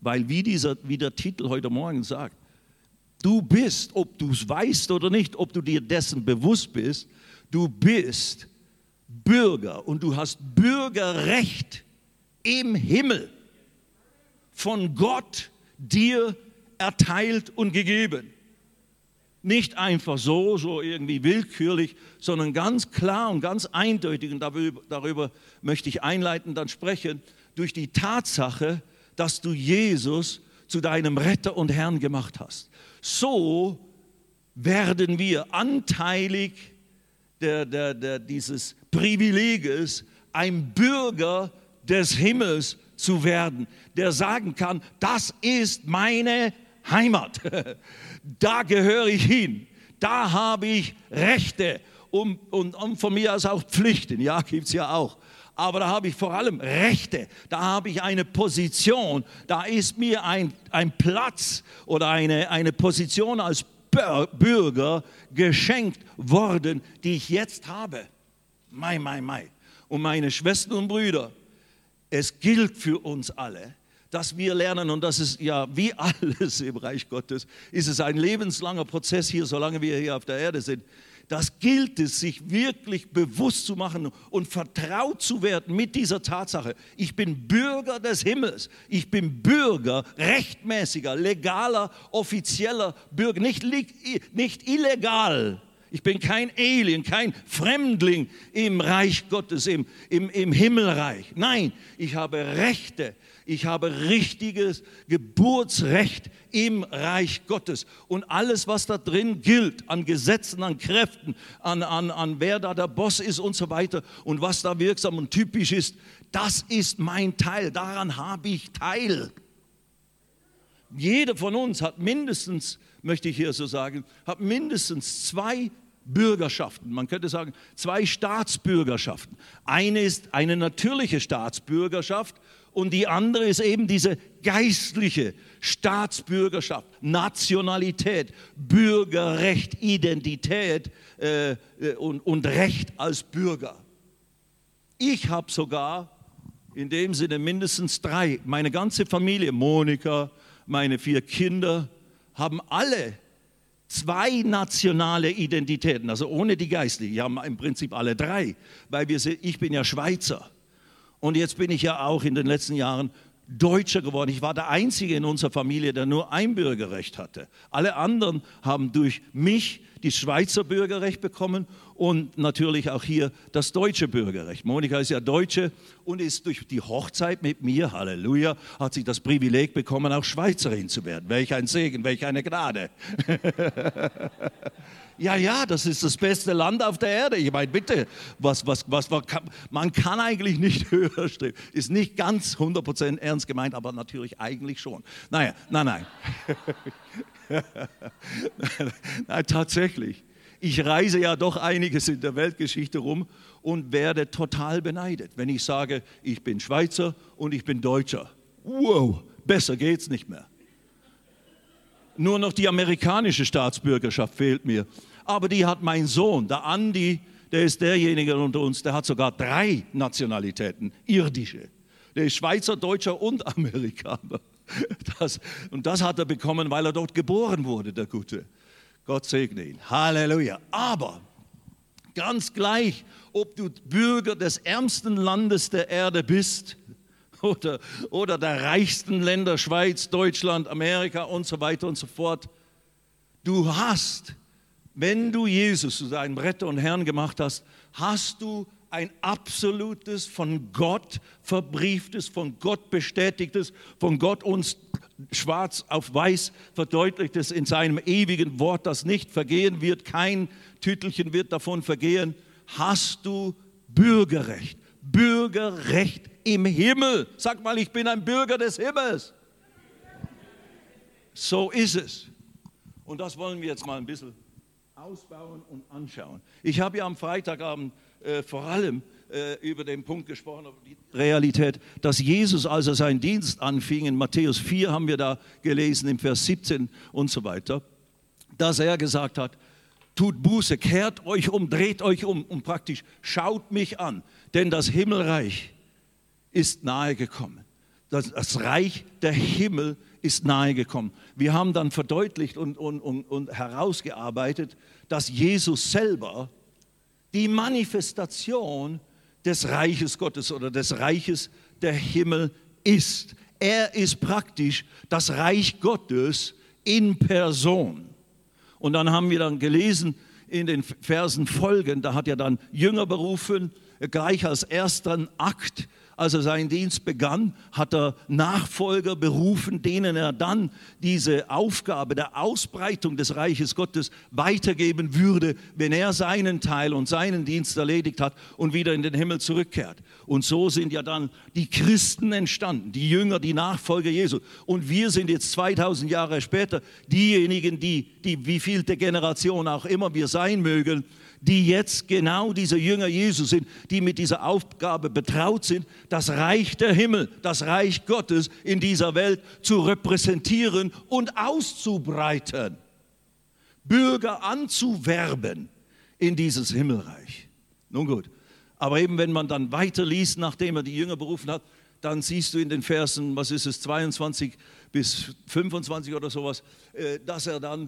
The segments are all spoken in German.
Weil wie der Titel heute Morgen sagt, du bist, ob du es weißt oder nicht, ob du dir dessen bewusst bist, du bist Bürger und du hast Bürgerrecht im Himmel von Gott dir erteilt und gegeben. Nicht einfach so irgendwie willkürlich, sondern ganz klar und ganz eindeutig, und darüber möchte ich einleitend dann sprechen, durch die Tatsache, dass du Jesus zu deinem Retter und Herrn gemacht hast. So werden wir anteilig dieses Privileges, ein Bürger des Himmels zu werden, der sagen kann, das ist meine Heimat, da gehöre ich hin, da habe ich Rechte und von mir aus auch Pflichten, ja, gibt es ja auch. Aber da habe ich vor allem Rechte, da habe ich eine Position, da ist mir ein Platz oder eine Position als Bürger geschenkt worden, die ich jetzt habe. Mai. Und meine Schwestern und Brüder, es gilt für uns alle, dass wir lernen, und das ist ja wie alles im Reich Gottes, ist es ein lebenslanger Prozess hier, solange wir hier auf der Erde sind. Das gilt es, sich wirklich bewusst zu machen und vertraut zu werden mit dieser Tatsache. Ich bin Bürger des Himmels. Ich bin Bürger, rechtmäßiger, legaler, offizieller Bürger, nicht illegal. Ich bin kein Alien, kein Fremdling im Reich Gottes, im Himmelreich. Nein, ich habe Rechte. Ich habe richtiges Geburtsrecht im Reich Gottes. Und alles, was da drin gilt, an Gesetzen, an Kräften, an wer da der Boss ist und so weiter und was da wirksam und typisch ist, das ist mein Teil. Daran habe ich Teil. Jeder von uns hat mindestens, möchte ich hier so sagen, hat mindestens 2 Bürgerschaften. Man könnte sagen, 2 Staatsbürgerschaften. Eine ist eine natürliche Staatsbürgerschaft und die andere ist eben diese geistliche Staatsbürgerschaft, Nationalität, Bürgerrecht, Identität und Recht als Bürger. Ich habe sogar in dem Sinne mindestens 3. Meine ganze Familie, Monika, meine 4 Kinder, haben alle 2 nationale Identitäten, also ohne die geistliche. Die haben im Prinzip alle 3, weil ich bin ja Schweizer. Und jetzt bin ich ja auch in den letzten Jahren Deutscher geworden. Ich war der Einzige in unserer Familie, der nur ein Bürgerrecht hatte. Alle anderen haben durch mich das Schweizer Bürgerrecht bekommen und natürlich auch hier das deutsche Bürgerrecht. Monika ist ja Deutsche und ist durch die Hochzeit mit mir, Halleluja, hat sie das Privileg bekommen, auch Schweizerin zu werden. Welch ein Segen, welch eine Gnade. Ja, das ist das beste Land auf der Erde. Ich meine, bitte, man kann eigentlich nicht höher streben. Ist nicht ganz 100% ernst gemeint, aber natürlich eigentlich schon. Nein. Nein, tatsächlich. Ich reise ja doch einiges in der Weltgeschichte rum und werde total beneidet, wenn ich sage, ich bin Schweizer und ich bin Deutscher. Wow, besser geht's nicht mehr. Nur noch die amerikanische Staatsbürgerschaft fehlt mir. Aber die hat mein Sohn, der Andi, der ist derjenige unter uns, der hat sogar 3 Nationalitäten, irdische. Der ist Schweizer, Deutscher und Amerikaner. Das hat er bekommen, weil er dort geboren wurde, der Gute. Gott segne ihn. Halleluja. Aber ganz gleich, ob du Bürger des ärmsten Landes der Erde bist oder der reichsten Länder, Schweiz, Deutschland, Amerika und so weiter und so fort, du hast, wenn du Jesus zu deinem Retter und Herrn gemacht hast, hast du ein absolutes, von Gott verbrieftes, von Gott bestätigtes, von Gott uns schwarz auf weiß verdeutlichtes in seinem ewigen Wort, das nicht vergehen wird, kein Tütelchen wird davon vergehen, hast du Bürgerrecht. Bürgerrecht im Himmel. Sag mal, ich bin ein Bürger des Himmels. So ist es. Und das wollen wir jetzt mal ein bisschen ausbauen und anschauen. Ich habe ja am Freitagabend vor allem über den Punkt gesprochen, über die Realität, dass Jesus, als er seinen Dienst anfing, in Matthäus 4 haben wir da gelesen, im Vers 17 und so weiter, dass er gesagt hat, tut Buße, kehrt euch um, dreht euch um und praktisch schaut mich an, denn das Himmelreich ist nahe gekommen. das Reich der Himmel ist nahe gekommen. Wir haben dann verdeutlicht und herausgearbeitet, dass Jesus selber die Manifestation des Reiches Gottes oder des Reiches der Himmel ist. Er ist praktisch das Reich Gottes in Person. Und dann haben wir dann gelesen in den Versen folgend, da hat er dann Jünger berufen, gleich als ersten Akt, als er seinen Dienst begann, hat er Nachfolger berufen, denen er dann diese Aufgabe der Ausbreitung des Reiches Gottes weitergeben würde, wenn er seinen Teil und seinen Dienst erledigt hat und wieder in den Himmel zurückkehrt. Und so sind ja dann die Christen entstanden, die Jünger, die Nachfolger Jesu. Und wir sind jetzt 2000 Jahre später diejenigen, die wievielte Generation auch immer wir sein mögen, die jetzt genau diese Jünger Jesu sind, die mit dieser Aufgabe betraut sind, das Reich der Himmel, das Reich Gottes in dieser Welt zu repräsentieren und auszubreiten, Bürger anzuwerben in dieses Himmelreich. Nun gut, aber eben wenn man dann weiterliest, nachdem er die Jünger berufen hat, dann siehst du in den Versen, 22 bis 25 oder sowas, dass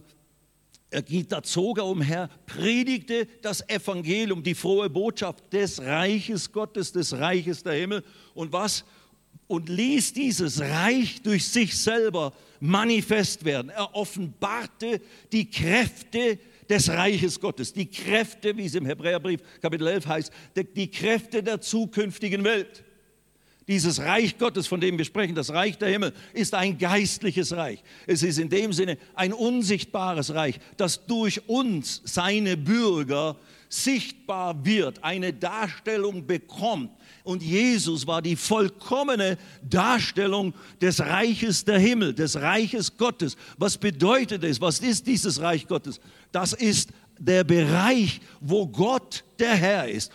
da zog er umher, predigte das Evangelium, die frohe Botschaft des Reiches Gottes, des Reiches der Himmel und ließ dieses Reich durch sich selber manifest werden. Er offenbarte die Kräfte des Reiches Gottes, die Kräfte, wie es im Hebräerbrief Kapitel 11 heißt, die Kräfte der zukünftigen Welt. Dieses Reich Gottes, von dem wir sprechen, das Reich der Himmel, ist ein geistliches Reich. Es ist in dem Sinne ein unsichtbares Reich, das durch uns, seine Bürger, sichtbar wird, eine Darstellung bekommt. Und Jesus war die vollkommene Darstellung des Reiches der Himmel, des Reiches Gottes. Was bedeutet es? Was ist dieses Reich Gottes? Das ist der Bereich, wo Gott der Herr ist,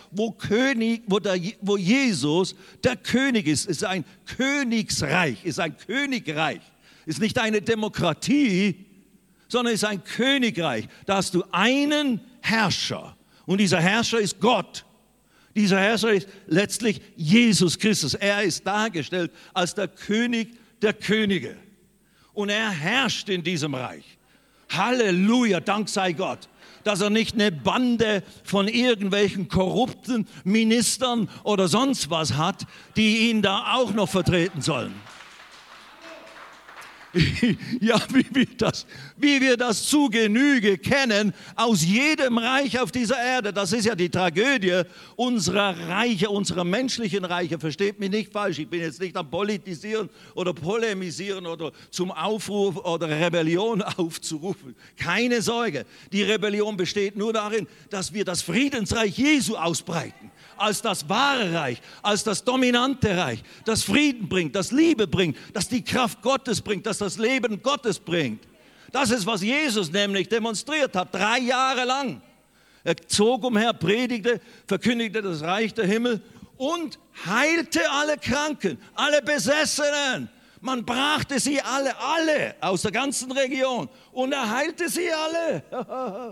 wo Jesus der König ist. Es ist ein Königsreich, ist ein Königreich. Ist nicht eine Demokratie, sondern ist ein Königreich. Da hast du einen Herrscher und dieser Herrscher ist Gott. Dieser Herrscher ist letztlich Jesus Christus. Er ist dargestellt als der König der Könige und er herrscht in diesem Reich. Halleluja, Dank sei Gott, dass er nicht eine Bande von irgendwelchen korrupten Ministern oder sonst was hat, die ihn da auch noch vertreten sollen. Ja, wie wir das zu Genüge kennen aus jedem Reich auf dieser Erde. Das ist ja die Tragödie unserer Reiche, unserer menschlichen Reiche. Versteht mich nicht falsch, ich bin jetzt nicht am Politisieren oder Polemisieren oder zum Aufruf oder Rebellion aufzurufen. Keine Sorge, die Rebellion besteht nur darin, dass wir das Friedensreich Jesu ausbreiten. Als das wahre Reich, als das dominante Reich, das Frieden bringt, das Liebe bringt, das die Kraft Gottes bringt, das das Leben Gottes bringt. Das ist, was Jesus nämlich demonstriert hat, 3 Jahre lang. Er zog umher, predigte, verkündigte das Reich der Himmel und heilte alle Kranken, alle Besessenen. Man brachte sie alle aus der ganzen Region und er heilte sie alle.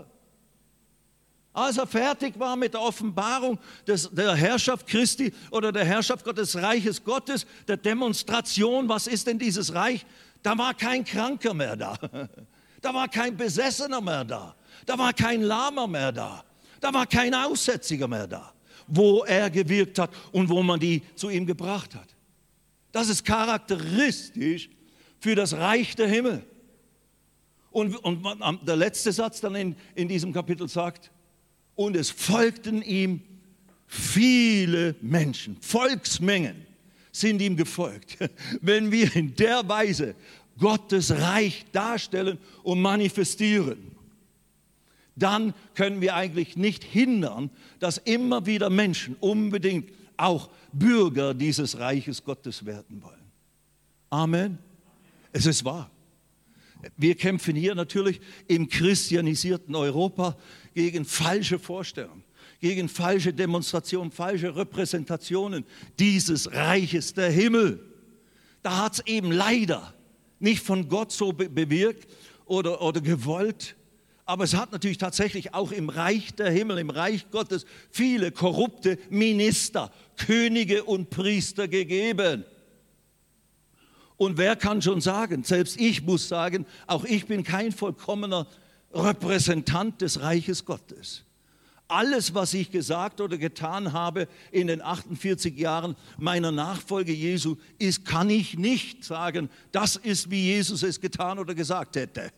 Als er fertig war mit der Offenbarung der Herrschaft Christi oder der Herrschaft Gottes, des Reiches Gottes, der Demonstration, was ist denn dieses Reich? Da war kein Kranker mehr da. Da war kein Besessener mehr da. Da war kein Lahmer mehr da. Da war kein Aussätziger mehr da, wo er gewirkt hat und wo man die zu ihm gebracht hat. Das ist charakteristisch für das Reich der Himmel. Und der letzte Satz dann in diesem Kapitel sagt, und es folgten ihm viele Menschen, Volksmengen sind ihm gefolgt. Wenn wir in der Weise Gottes Reich darstellen und manifestieren, dann können wir eigentlich nicht hindern, dass immer wieder Menschen unbedingt auch Bürger dieses Reiches Gottes werden wollen. Amen. Es ist wahr. Wir kämpfen hier natürlich im christianisierten Europa gegen falsche Vorstellungen, gegen falsche Demonstrationen, falsche Repräsentationen dieses Reiches der Himmel. Da hat es eben leider nicht von Gott so bewirkt oder gewollt, aber es hat natürlich tatsächlich auch im Reich der Himmel, im Reich Gottes, viele korrupte Minister, Könige und Priester gegeben. Und wer kann schon sagen, selbst ich muss sagen, auch ich bin kein vollkommener Repräsentant des Reiches Gottes. Alles, was ich gesagt oder getan habe in den 48 Jahren meiner Nachfolge Jesu, kann ich nicht sagen, das ist, wie Jesus es getan oder gesagt hätte.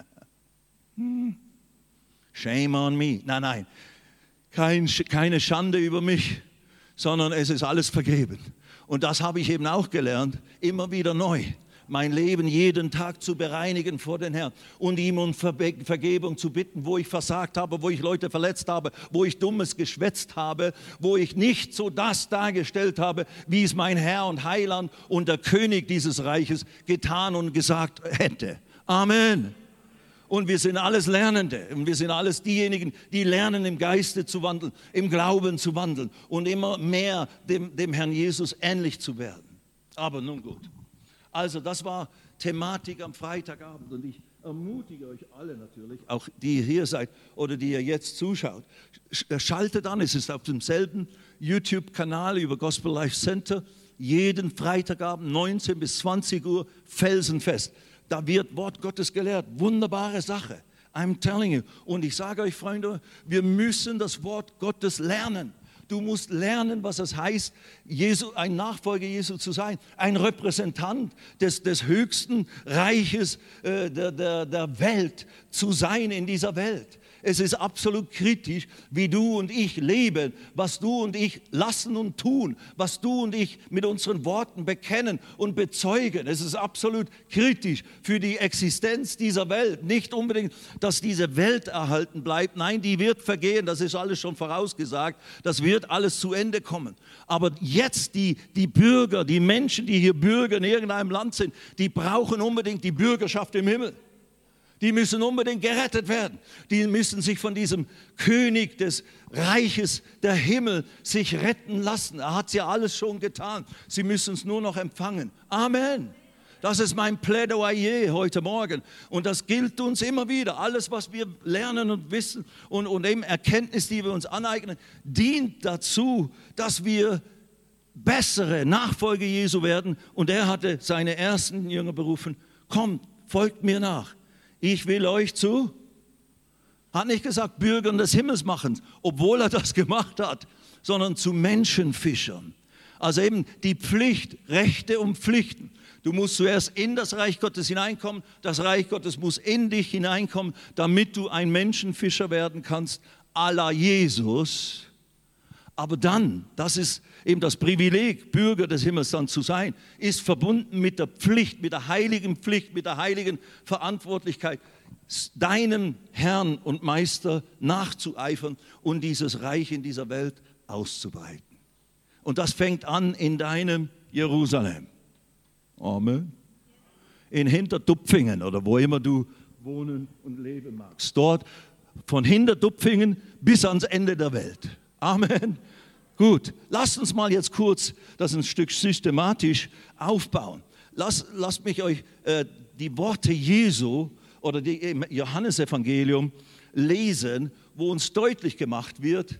Shame on me. Nein. Keine Schande über mich, sondern es ist alles vergeben. Und das habe ich eben auch gelernt, immer wieder neu. Mein Leben jeden Tag zu bereinigen vor den Herrn und ihm um Vergebung zu bitten, wo ich versagt habe, wo ich Leute verletzt habe, wo ich Dummes geschwätzt habe, wo ich nicht so das dargestellt habe, wie es mein Herr und Heiland und der König dieses Reiches getan und gesagt hätte. Amen. Und wir sind alles Lernende und wir sind alles diejenigen, die lernen, im Geiste zu wandeln, im Glauben zu wandeln und immer mehr dem Herrn Jesus ähnlich zu werden. Aber nun gut. Also das war Thematik am Freitagabend und ich ermutige euch alle natürlich, auch die ihr hier seid oder die ihr jetzt zuschaut, schaltet an, es ist auf demselben YouTube-Kanal über Gospel Life Center, jeden Freitagabend 19 bis 20 Uhr felsenfest. Da wird Wort Gottes gelehrt. Wunderbare Sache. I'm telling you. Und ich sage euch, Freunde, wir müssen das Wort Gottes lernen. Du musst lernen, was es heißt, ein Nachfolger Jesu zu sein. Ein Repräsentant des höchsten Reiches der Welt zu sein in dieser Welt. Es ist absolut kritisch, wie du und ich leben, was du und ich lassen und tun, was du und ich mit unseren Worten bekennen und bezeugen. Es ist absolut kritisch für die Existenz dieser Welt. Nicht unbedingt, dass diese Welt erhalten bleibt. Nein, die wird vergehen, das ist alles schon vorausgesagt. Das wird alles zu Ende kommen. Aber jetzt die Bürger, die Menschen, die hier Bürger in irgendeinem Land sind, die brauchen unbedingt die Bürgerschaft im Himmel. Die müssen unbedingt gerettet werden. Die müssen sich von diesem König des Reiches der Himmel sich retten lassen. Er hat es ja alles schon getan. Sie müssen es nur noch empfangen. Amen. Das ist mein Plädoyer heute Morgen. Und das gilt uns immer wieder. Alles, was wir lernen und wissen und eben Erkenntnis, die wir uns aneignen, dient dazu, dass wir bessere Nachfolger Jesu werden. Und er hatte seine ersten Jünger berufen. Kommt, folgt mir nach. Ich will euch hat nicht gesagt, Bürgern des Himmels machen, obwohl er das gemacht hat, sondern zu Menschenfischern. Also eben die Pflicht, Rechte und Pflichten. Du musst zuerst in das Reich Gottes hineinkommen, das Reich Gottes muss in dich hineinkommen, damit du ein Menschenfischer werden kannst, à la Jesus. Aber dann, das ist eben das Privileg, Bürger des Himmels dann zu sein, ist verbunden mit der Pflicht, mit der heiligen Pflicht, mit der heiligen Verantwortlichkeit, deinem Herrn und Meister nachzueifern und dieses Reich in dieser Welt auszubreiten. Und das fängt an in deinem Jerusalem. Amen. In Hinterdupfingen oder wo immer du wohnen und leben magst. Dort von Hinterdupfingen bis ans Ende der Welt. Amen. Gut, lasst uns mal jetzt kurz das ein Stück systematisch aufbauen. Lasst mich euch die Worte Jesu oder im Johannesevangelium lesen, wo uns deutlich gemacht wird,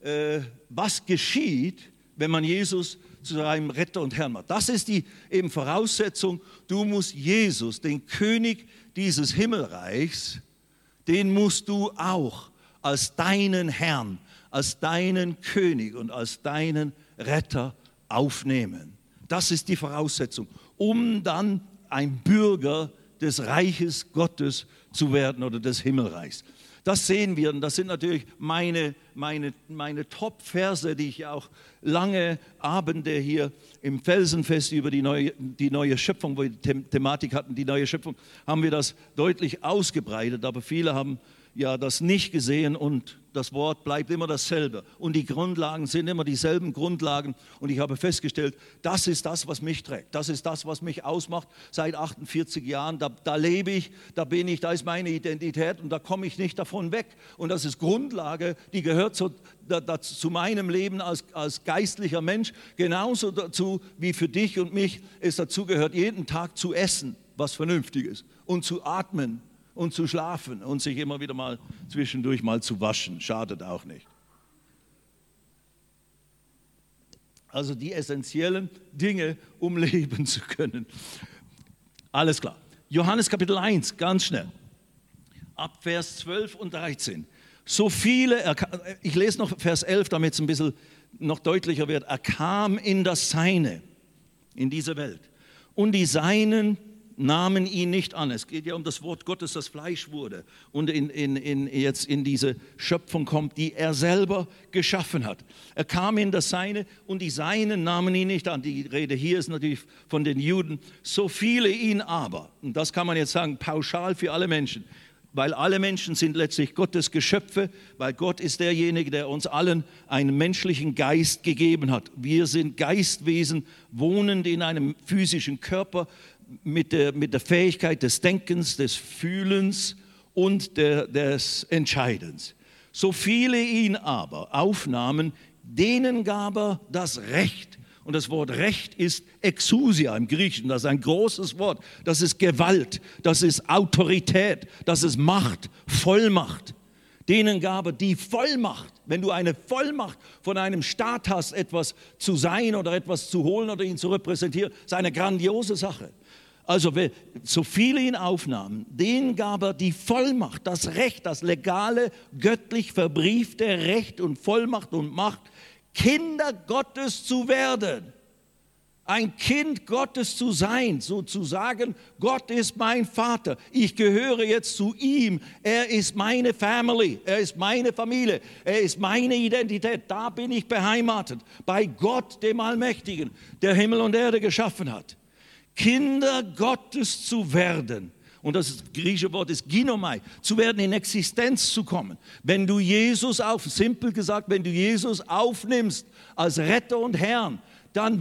was geschieht, wenn man Jesus zu seinem Retter und Herrn macht. Das ist die eben Voraussetzung, du musst Jesus, den König dieses Himmelreichs, den musst du auch als deinen Herrn, als deinen König und als deinen Retter aufnehmen. Das ist die Voraussetzung, um dann ein Bürger des Reiches Gottes zu werden oder des Himmelreichs. Das sehen wir und das sind natürlich meine Top-Verse, die ich auch lange Abende hier im Felsenfest über die neue Schöpfung, wo wir die Thematik hatten, die neue Schöpfung, haben wir das deutlich ausgebreitet, aber viele haben ja das nicht gesehen und das Wort bleibt immer dasselbe und die Grundlagen sind immer dieselben Grundlagen und ich habe festgestellt, das ist das, was mich trägt, das ist das, was mich ausmacht seit 48 Jahren, da lebe ich, da bin ich, da ist meine Identität und da komme ich nicht davon weg und das ist Grundlage, die gehört zu meinem Leben als geistlicher Mensch, genauso dazu wie für dich und mich es dazu gehört, jeden Tag zu essen, was vernünftig ist und zu atmen und zu schlafen und sich immer wieder mal zwischendurch mal zu waschen. Schadet auch nicht. Also die essentiellen Dinge, um leben zu können. Alles klar. Johannes Kapitel 1, ganz schnell. Ab Vers 12 und 13. So viele, ich lese noch Vers 11, damit es ein bisschen noch deutlicher wird. Er kam in das Seine, in diese Welt. Und die Seinen nahmen ihn nicht an. Es geht ja um das Wort Gottes, das Fleisch wurde und jetzt in diese Schöpfung kommt, die er selber geschaffen hat. Er kam in das Seine und die Seinen nahmen ihn nicht an. Die Rede hier ist natürlich von den Juden. So viele ihn aber, und das kann man jetzt sagen, pauschal für alle Menschen, weil alle Menschen sind letztlich Gottes Geschöpfe, weil Gott ist derjenige, der uns allen einen menschlichen Geist gegeben hat. Wir sind Geistwesen, wohnend in einem physischen Körper mit der Fähigkeit des Denkens, des Fühlens und des Entscheidens. So viele ihn aber aufnahmen, denen gab er das Recht. Und das Wort Recht ist Exousia im Griechischen, das ist ein großes Wort. Das ist Gewalt, das ist Autorität, das ist Macht, Vollmacht. Denen gab er die Vollmacht. Wenn du eine Vollmacht von einem Staat hast, etwas zu sein oder etwas zu holen oder ihn zu repräsentieren, ist eine grandiose Sache. Also so viele ihn aufnahmen, denen gab er die Vollmacht, das Recht, das legale, göttlich verbriefte Recht und Vollmacht und Macht, Kinder Gottes zu werden, ein Kind Gottes zu sein, sozusagen, Gott ist mein Vater, ich gehöre jetzt zu ihm, er ist meine Family, er ist meine Familie, er ist meine Identität, da bin ich beheimatet, bei Gott, dem Allmächtigen, der Himmel und Erde geschaffen hat. Kinder Gottes zu werden. Und das griechische Wort ist ginomai, zu werden, in Existenz zu kommen. Wenn du Jesus simpel gesagt, wenn du Jesus aufnimmst als Retter und Herrn, dann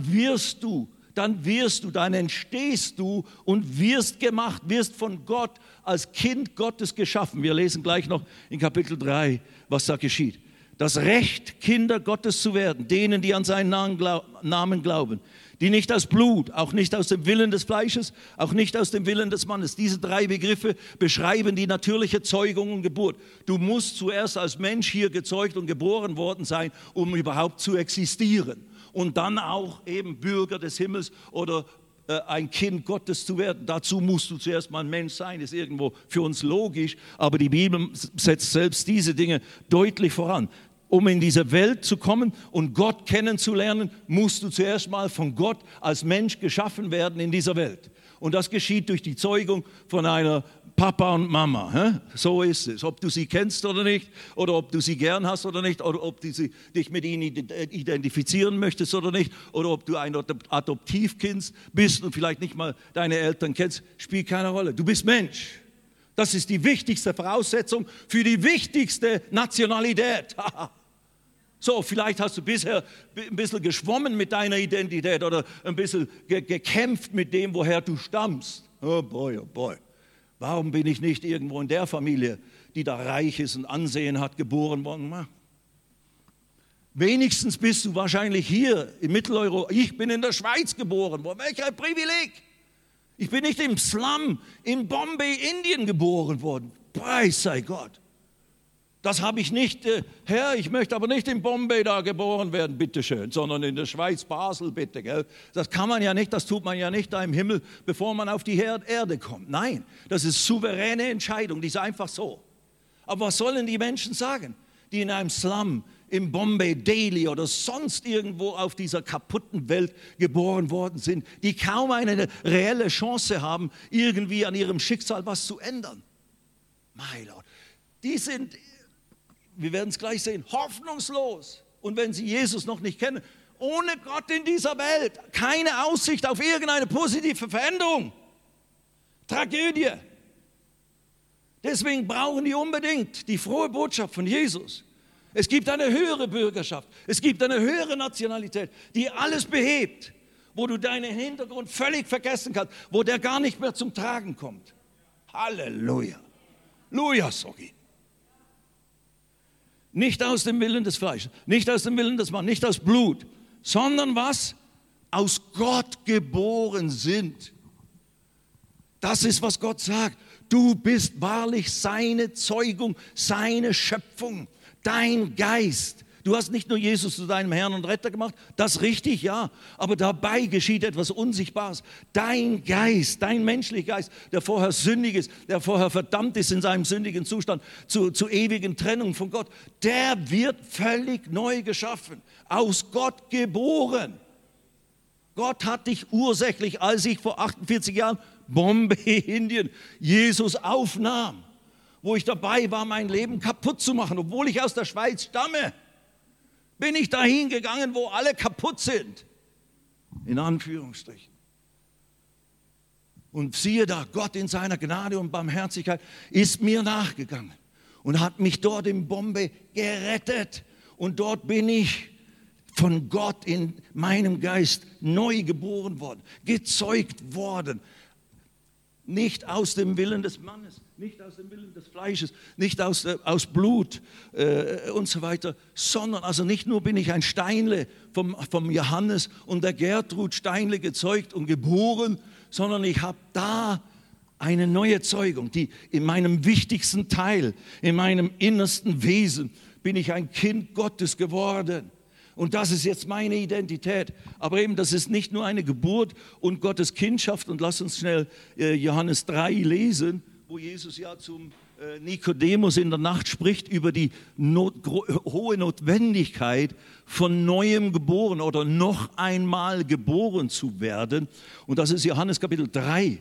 entstehst du und wirst gemacht, wirst von Gott als Kind Gottes geschaffen. Wir lesen gleich noch in Kapitel 3, was da geschieht. Das Recht, Kinder Gottes zu werden, denen, die an seinen Namen glauben, die nicht aus Blut, auch nicht aus dem Willen des Fleisches, auch nicht aus dem Willen des Mannes. Diese drei Begriffe beschreiben die natürliche Zeugung und Geburt. Du musst zuerst als Mensch hier gezeugt und geboren worden sein, um überhaupt zu existieren. Und dann auch eben Bürger des Himmels oder ein Kind Gottes zu werden. Dazu musst du zuerst mal ein Mensch sein, ist irgendwo für uns logisch, aber die Bibel setzt selbst diese Dinge deutlich voran. Um in diese Welt zu kommen und Gott kennenzulernen, musst du zuerst mal von Gott als Mensch geschaffen werden in dieser Welt. Und das geschieht durch die Zeugung von einer Papa und Mama. So ist es. Ob du sie kennst oder nicht, oder ob du sie gern hast oder nicht, oder ob du dich mit ihnen identifizieren möchtest oder nicht, oder ob du ein Adoptivkind bist und vielleicht nicht mal deine Eltern kennst, spielt keine Rolle. Du bist Mensch. Das ist die wichtigste Voraussetzung für die wichtigste Nationalität. So, vielleicht hast du bisher ein bisschen geschwommen mit deiner Identität oder ein bisschen gekämpft mit dem, woher du stammst. Oh boy, oh boy. Warum bin ich nicht irgendwo in der Familie, die da reich ist und Ansehen hat, geboren worden? Wenigstens bist du wahrscheinlich hier in Mitteleuropa. Ich bin in der Schweiz geboren worden. Welch ein Privileg. Ich bin nicht im Slum in Bombay, Indien geboren worden. Preis sei Gott. Das habe ich nicht, Herr, ich möchte aber nicht in Bombay da geboren werden, bitteschön, sondern in der Schweiz, Basel, bitte. Gell? Das kann man ja nicht, das tut man ja nicht da im Himmel, bevor man auf die Erde kommt. Nein, das ist souveräne Entscheidung, die ist einfach so. Aber was sollen die Menschen sagen, die in einem Slum, in Bombay, Delhi oder sonst irgendwo auf dieser kaputten Welt geboren worden sind, die kaum eine reelle Chance haben, irgendwie an ihrem Schicksal was zu ändern? Mein Gott, die sind, wir werden es gleich sehen, hoffnungslos. Und wenn sie Jesus noch nicht kennen, ohne Gott in dieser Welt, keine Aussicht auf irgendeine positive Veränderung. Tragödie. Deswegen brauchen die unbedingt die frohe Botschaft von Jesus. Es gibt eine höhere Bürgerschaft, es gibt eine höhere Nationalität, die alles behebt, wo du deinen Hintergrund völlig vergessen kannst, wo der gar nicht mehr zum Tragen kommt. Halleluja. Luja, sorry. Nicht aus dem Willen des Fleisches, nicht aus dem Willen des Mannes, nicht aus Blut, sondern was? Aus Gott geboren sind. Das ist, was Gott sagt. Du bist wahrlich seine Zeugung, seine Schöpfung. Dein Geist, Du hast nicht nur Jesus zu deinem Herrn und Retter gemacht, das ist richtig, ja, aber dabei geschieht etwas Unsichtbares. Dein Geist, dein menschlicher Geist, der vorher sündig ist, der vorher verdammt ist in seinem sündigen Zustand, zu ewigen Trennung von Gott, der wird völlig neu geschaffen, aus Gott geboren. Gott hat dich ursächlich, als ich vor 48 Jahren Bombay, Indien, Jesus aufnahm, wo ich dabei war, mein Leben kaputt zu machen, obwohl ich aus der Schweiz stamme, bin ich dahin gegangen, wo alle kaputt sind, in Anführungsstrichen. Und siehe da, Gott in seiner Gnade und Barmherzigkeit ist mir nachgegangen und hat mich dort in Bombay gerettet. Und dort bin ich von Gott in meinem Geist neu geboren worden, gezeugt worden. Nicht aus dem Willen des Mannes, nicht aus dem Willen des Fleisches, nicht aus Blut und so weiter, sondern, also nicht nur bin ich ein Steinle vom Johannes und der Gertrud Steinle gezeugt und geboren, sondern ich habe da eine neue Zeugung, die in meinem wichtigsten Teil, in meinem innersten Wesen, bin ich ein Kind Gottes geworden. Und das ist jetzt meine Identität. Aber eben, das ist nicht nur eine Geburt und Gottes Kindschaft. Und lass uns schnell Johannes 3 lesen, wo Jesus ja zum Nikodemus in der Nacht spricht über die hohe Notwendigkeit, von Neuem geboren oder noch einmal geboren zu werden. Und das ist Johannes Kapitel 3.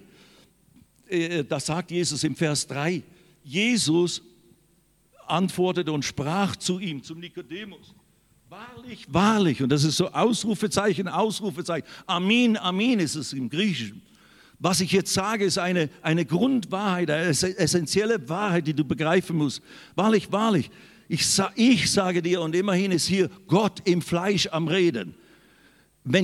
Da sagt Jesus im Vers 3, Jesus antwortete und sprach zu ihm, zum Nikodemus, wahrlich, wahrlich, und das ist so Ausrufezeichen, Ausrufezeichen, Amin, Amin ist es im Griechischen. Was ich jetzt sage, ist eine Grundwahrheit, eine essentielle Wahrheit, die du begreifen musst. Wahrlich, wahrlich, ich sage dir, und immerhin ist hier Gott im Fleisch am Reden. Wenn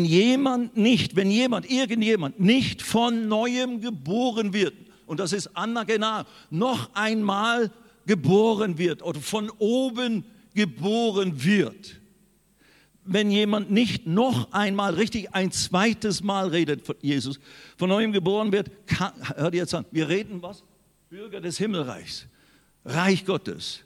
irgendjemand nicht von Neuem geboren wird, und das ist Anagena, noch einmal geboren wird oder von oben geboren wird, wenn jemand nicht noch einmal richtig ein zweites Mal redet von Jesus, von neuem geboren wird, hört jetzt an, wir reden was? Bürger des Himmelreichs, Reich Gottes.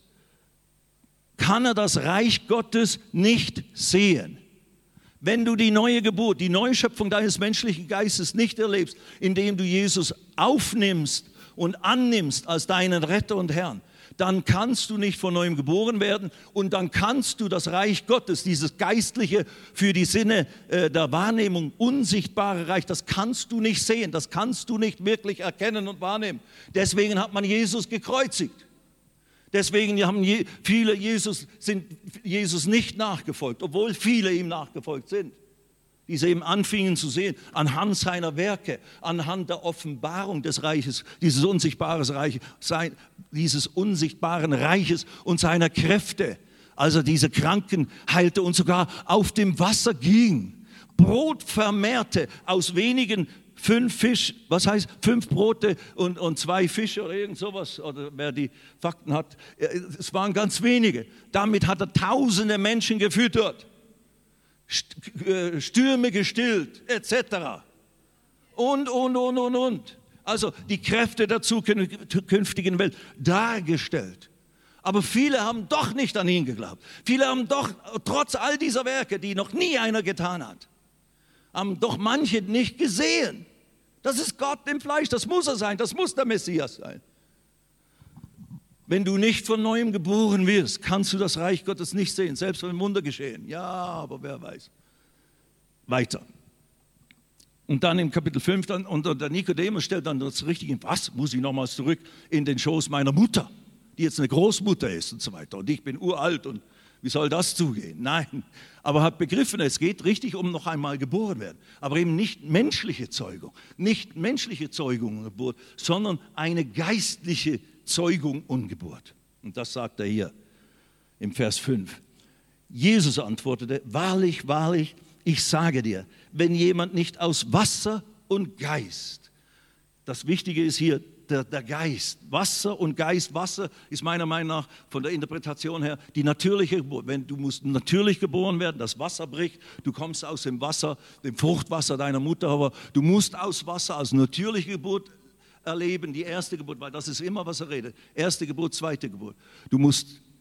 Kann er das Reich Gottes nicht sehen? Wenn du die neue Geburt, die Neuschöpfung deines menschlichen Geistes nicht erlebst, indem du Jesus aufnimmst und annimmst als deinen Retter und Herrn, dann kannst du nicht von neuem geboren werden und dann kannst du das Reich Gottes, dieses geistliche, für die Sinne der Wahrnehmung unsichtbare Reich, das kannst du nicht sehen, das kannst du nicht wirklich erkennen und wahrnehmen. Deswegen hat man Jesus gekreuzigt. Deswegen haben viele sind Jesus nicht nachgefolgt, obwohl viele ihm nachgefolgt sind. Die sie eben anfingen zu sehen, anhand seiner Werke, anhand der Offenbarung des Reiches, dieses unsichtbaren Reiches und seiner Kräfte, als er diese Kranken heilte und sogar auf dem Wasser ging, Brot vermehrte aus wenigen 5 Brote und 2 Fische oder irgend sowas, oder wer die Fakten hat, es waren ganz wenige. Damit hat er tausende Menschen gefüttert. Stürme gestillt, etc. Und. Also die Kräfte der zukünftigen Welt dargestellt. Aber viele haben doch nicht an ihn geglaubt. Viele haben doch, trotz all dieser Werke, die noch nie einer getan hat, haben doch manche nicht gesehen. Das ist Gott im Fleisch, das muss er sein, das muss der Messias sein. Wenn du nicht von Neuem geboren wirst, kannst du das Reich Gottes nicht sehen, selbst wenn Wunder geschehen. Ja, aber wer weiß. Weiter. Und dann im Kapitel 5, und der Nikodemus stellt dann das Richtige, was, muss ich nochmals zurück in den Schoß meiner Mutter, die jetzt eine Großmutter ist und so weiter. Und ich bin uralt und wie soll das zugehen? Nein, aber hat begriffen, es geht richtig um noch einmal geboren werden. Aber eben nicht menschliche Zeugung, nicht menschliche Zeugung und Geburt, sondern eine geistliche Zeugung und Geburt. Und das sagt er hier im Vers 5. Jesus antwortete, wahrlich, wahrlich, ich sage dir, wenn jemand nicht aus Wasser und Geist, das Wichtige ist hier der Geist, Wasser und Geist, Wasser ist meiner Meinung nach von der Interpretation her die natürliche Geburt. Du musst natürlich geboren werden, das Wasser bricht, du kommst aus dem Wasser, dem Fruchtwasser deiner Mutter, aber du musst aus Wasser, als natürliche Geburt erleben, die erste Geburt, weil das ist immer, was er redet. Erste Geburt, zweite Geburt. Du musst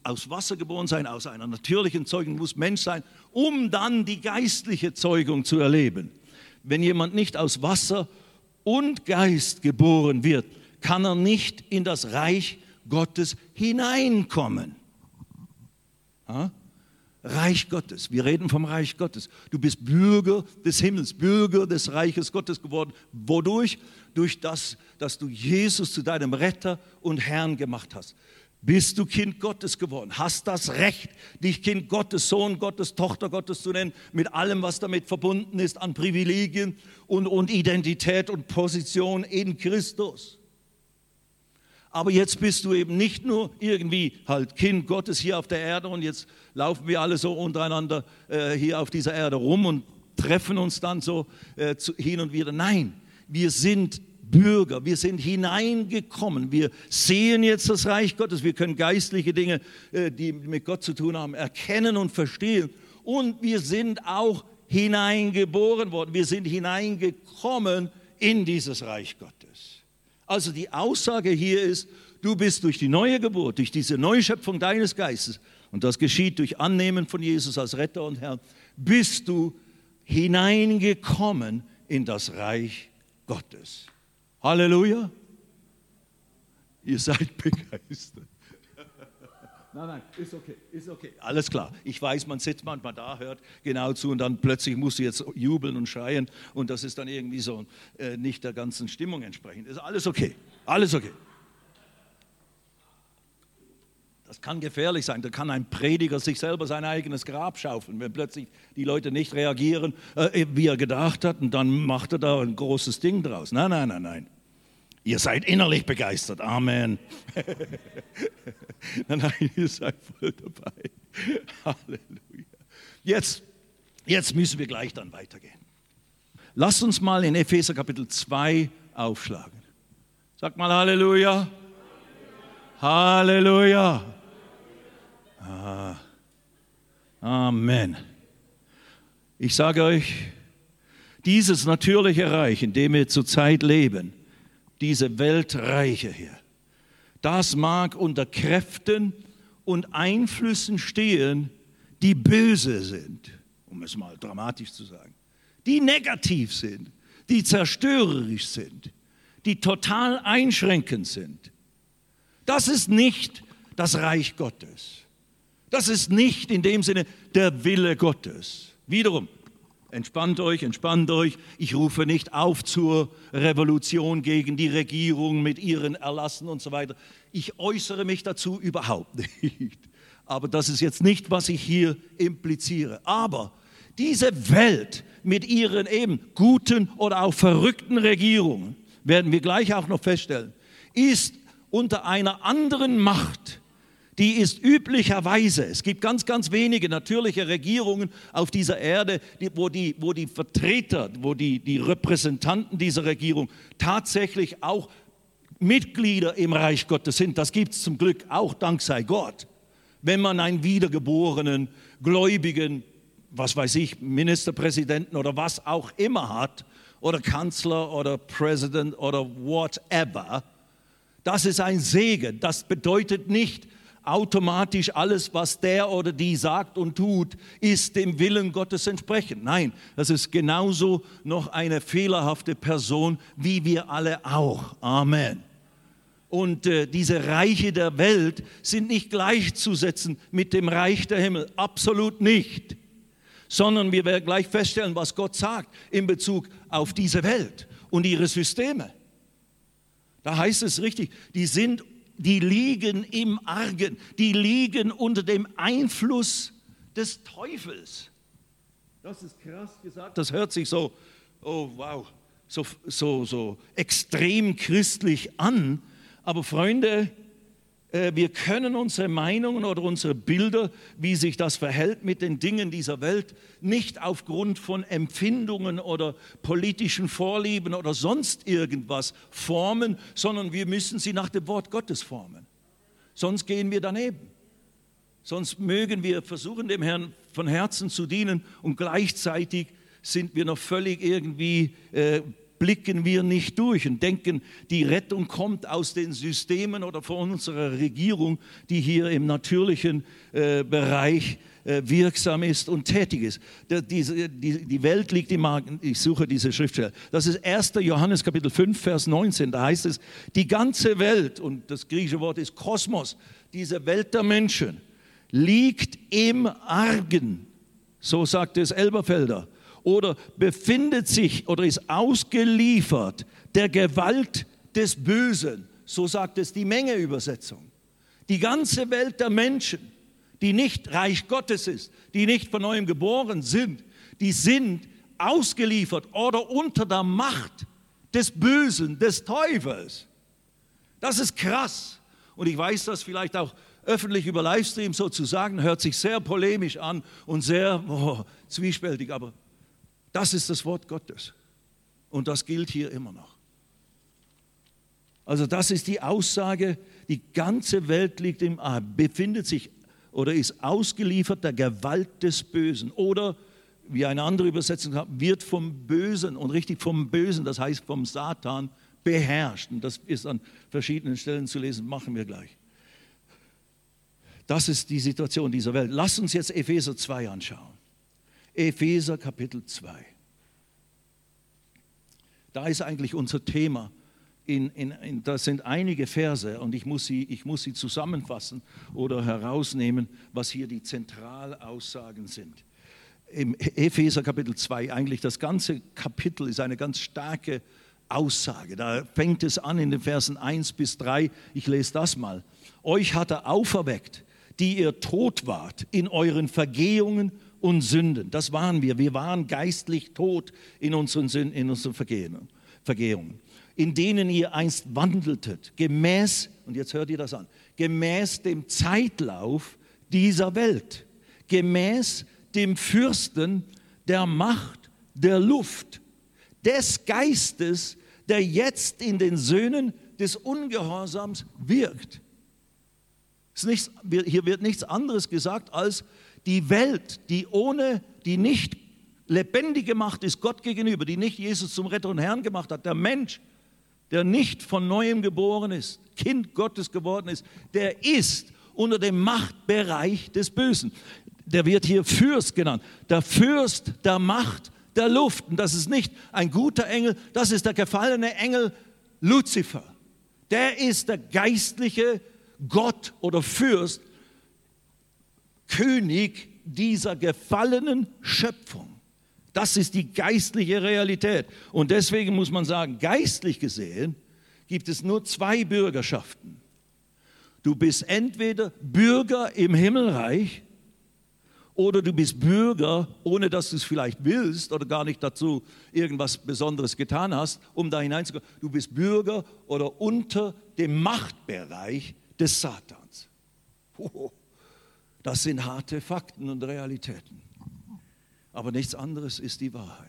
aus Wasser geboren sein, aus einer natürlichen Zeugung, muss Mensch sein, um dann die geistliche Zeugung zu erleben. Wenn jemand nicht aus Wasser und Geist geboren wird, kann er nicht in das Reich Gottes hineinkommen. Ja? Reich Gottes, wir reden vom Reich Gottes. Du bist Bürger des Himmels, Bürger des Reiches Gottes geworden. Wodurch? Durch das, dass du Jesus zu deinem Retter und Herrn gemacht hast. Bist du Kind Gottes geworden, hast das Recht, dich Kind Gottes, Sohn Gottes, Tochter Gottes zu nennen, mit allem, was damit verbunden ist an Privilegien und Identität und Position in Christus. Aber jetzt bist du eben nicht nur irgendwie halt Kind Gottes hier auf der Erde und jetzt laufen wir alle so untereinander hier auf dieser Erde rum und treffen uns dann so hin und wieder. Nein, wir sind Bürger, wir sind hineingekommen, wir sehen jetzt das Reich Gottes, wir können geistliche Dinge, die mit Gott zu tun haben, erkennen und verstehen und wir sind auch hineingeboren worden, wir sind hineingekommen in dieses Reich Gottes. Also die Aussage hier ist, du bist durch die neue Geburt, durch diese Neuschöpfung deines Geistes und das geschieht durch Annehmen von Jesus als Retter und Herr, bist du hineingekommen in das Reich Gottes. Halleluja. Ihr seid begeistert. Nein, ist okay, alles klar. Ich weiß, man sitzt manchmal da, hört genau zu und dann plötzlich musst du jetzt jubeln und schreien und das ist dann irgendwie so nicht der ganzen Stimmung entsprechend. Ist alles okay, alles okay. Das kann gefährlich sein, da kann ein Prediger sich selber sein eigenes Grab schaufeln, wenn plötzlich die Leute nicht reagieren, wie er gedacht hat und dann macht er da ein großes Ding draus. Nein. Ihr seid innerlich begeistert, Amen. Nein, ihr seid voll dabei. Halleluja. Jetzt müssen wir gleich dann weitergehen. Lasst uns mal in Epheser Kapitel 2 aufschlagen. Sagt mal Halleluja. Halleluja. Amen. Ich sage euch, dieses natürliche Reich, in dem wir zurzeit leben, diese Weltreiche hier, das mag unter Kräften und Einflüssen stehen, die böse sind, um es mal dramatisch zu sagen, die negativ sind, die zerstörerisch sind, die total einschränkend sind. Das ist nicht das Reich Gottes. Das ist nicht in dem Sinne der Wille Gottes. Wiederum, entspannt euch. Ich rufe nicht auf zur Revolution gegen die Regierung mit ihren Erlassen und so weiter. Ich äußere mich dazu überhaupt nicht. Aber das ist jetzt nicht, was ich hier impliziere. Aber diese Welt mit ihren eben guten oder auch verrückten Regierungen, werden wir gleich auch noch feststellen, ist unter einer anderen Macht. Die ist üblicherweise, es gibt ganz wenige natürliche Regierungen auf dieser Erde, wo die Vertreter, wo die Repräsentanten dieser Regierung tatsächlich auch Mitglieder im Reich Gottes sind. Das gibt es zum Glück auch, dank sei Gott. Wenn man einen wiedergeborenen, gläubigen, was weiß ich, Ministerpräsidenten oder was auch immer hat, oder Kanzler oder Präsident oder whatever, das ist ein Segen. Das bedeutet nicht, automatisch alles, was der oder die sagt und tut, ist dem Willen Gottes entsprechend. Nein, das ist genauso noch eine fehlerhafte Person, wie wir alle auch. Amen. Und diese Reiche der Welt sind nicht gleichzusetzen mit dem Reich der Himmel. Absolut nicht. Sondern wir werden gleich feststellen, was Gott sagt in Bezug auf diese Welt und ihre Systeme. Da heißt es richtig, die liegen im Argen, die liegen unter dem Einfluss des Teufels. Das ist krass gesagt, das hört sich so, oh wow, so extrem christlich an. Aber Freunde, wir können unsere Meinungen oder unsere Bilder, wie sich das verhält mit den Dingen dieser Welt, nicht aufgrund von Empfindungen oder politischen Vorlieben oder sonst irgendwas formen, sondern wir müssen sie nach dem Wort Gottes formen. Sonst gehen wir daneben. Sonst mögen wir versuchen, dem Herrn von Herzen zu dienen und gleichzeitig sind wir noch völlig irgendwie blicken wir nicht durch und denken, die Rettung kommt aus den Systemen oder von unserer Regierung, die hier im natürlichen Bereich wirksam ist und tätig ist. Die Welt liegt im Argen. Ich suche diese Schriftstelle. Das ist 1. Johannes Kapitel 5, Vers 19. Da heißt es, die ganze Welt, und das griechische Wort ist Kosmos, diese Welt der Menschen, liegt im Argen. So sagt es Elberfelder. Oder befindet sich oder ist ausgeliefert der Gewalt des Bösen. So sagt es die Menge-Übersetzung. Die ganze Welt der Menschen, die nicht Reich Gottes ist, die nicht von neuem geboren sind, die sind ausgeliefert oder unter der Macht des Bösen, des Teufels. Das ist krass. Und ich weiß das vielleicht auch öffentlich über Livestream so zu sagen, hört sich sehr polemisch an und sehr zwiespältig, aber das ist das Wort Gottes. Und das gilt hier immer noch. Also das ist die Aussage, die ganze Welt liegt im Argen, befindet sich oder ist ausgeliefert der Gewalt des Bösen. Oder, wie eine andere Übersetzung hat, wird vom Bösen, und richtig vom Bösen, das heißt vom Satan, beherrscht. Und das ist an verschiedenen Stellen zu lesen, machen wir gleich. Das ist die Situation dieser Welt. Lass uns jetzt Epheser 2 anschauen. Epheser Kapitel 2. Da ist eigentlich unser Thema. Das sind einige Verse und ich muss sie zusammenfassen oder herausnehmen, was hier die Zentralaussagen sind. Im Epheser Kapitel 2, eigentlich das ganze Kapitel ist eine ganz starke Aussage. Da fängt es an in den Versen 1 bis 3. Ich lese das mal. Euch hat er auferweckt, die ihr tot wart in euren Vergehungen und Sünden. Das waren wir. Wir waren geistlich tot in unseren Sünden, in unseren Vergehungen, in denen ihr einst wandeltet, gemäß, und jetzt hört ihr das an, gemäß dem Zeitlauf dieser Welt, gemäß dem Fürsten der Macht der Luft, des Geistes, der jetzt in den Söhnen des Ungehorsams wirkt. Hier wird nichts anderes gesagt als die Welt, die nicht lebendig gemacht ist Gott gegenüber, die nicht Jesus zum Retter und Herrn gemacht hat, der Mensch, der nicht von Neuem geboren ist, Kind Gottes geworden ist, der ist unter dem Machtbereich des Bösen. Der wird hier Fürst genannt, der Fürst der Macht der Luft. Und das ist nicht ein guter Engel, das ist der gefallene Engel Luzifer. Der ist der geistliche Gott oder Fürst, König dieser gefallenen Schöpfung. Das ist die geistliche Realität. Und deswegen muss man sagen, geistlich gesehen gibt es nur zwei Bürgerschaften. Du bist entweder Bürger im Himmelreich oder du bist Bürger, ohne dass du es vielleicht willst oder gar nicht dazu irgendwas Besonderes getan hast, um da hineinzukommen. Du bist Bürger oder unter dem Machtbereich des Satans. Das sind harte Fakten und Realitäten. Aber nichts anderes ist die Wahrheit.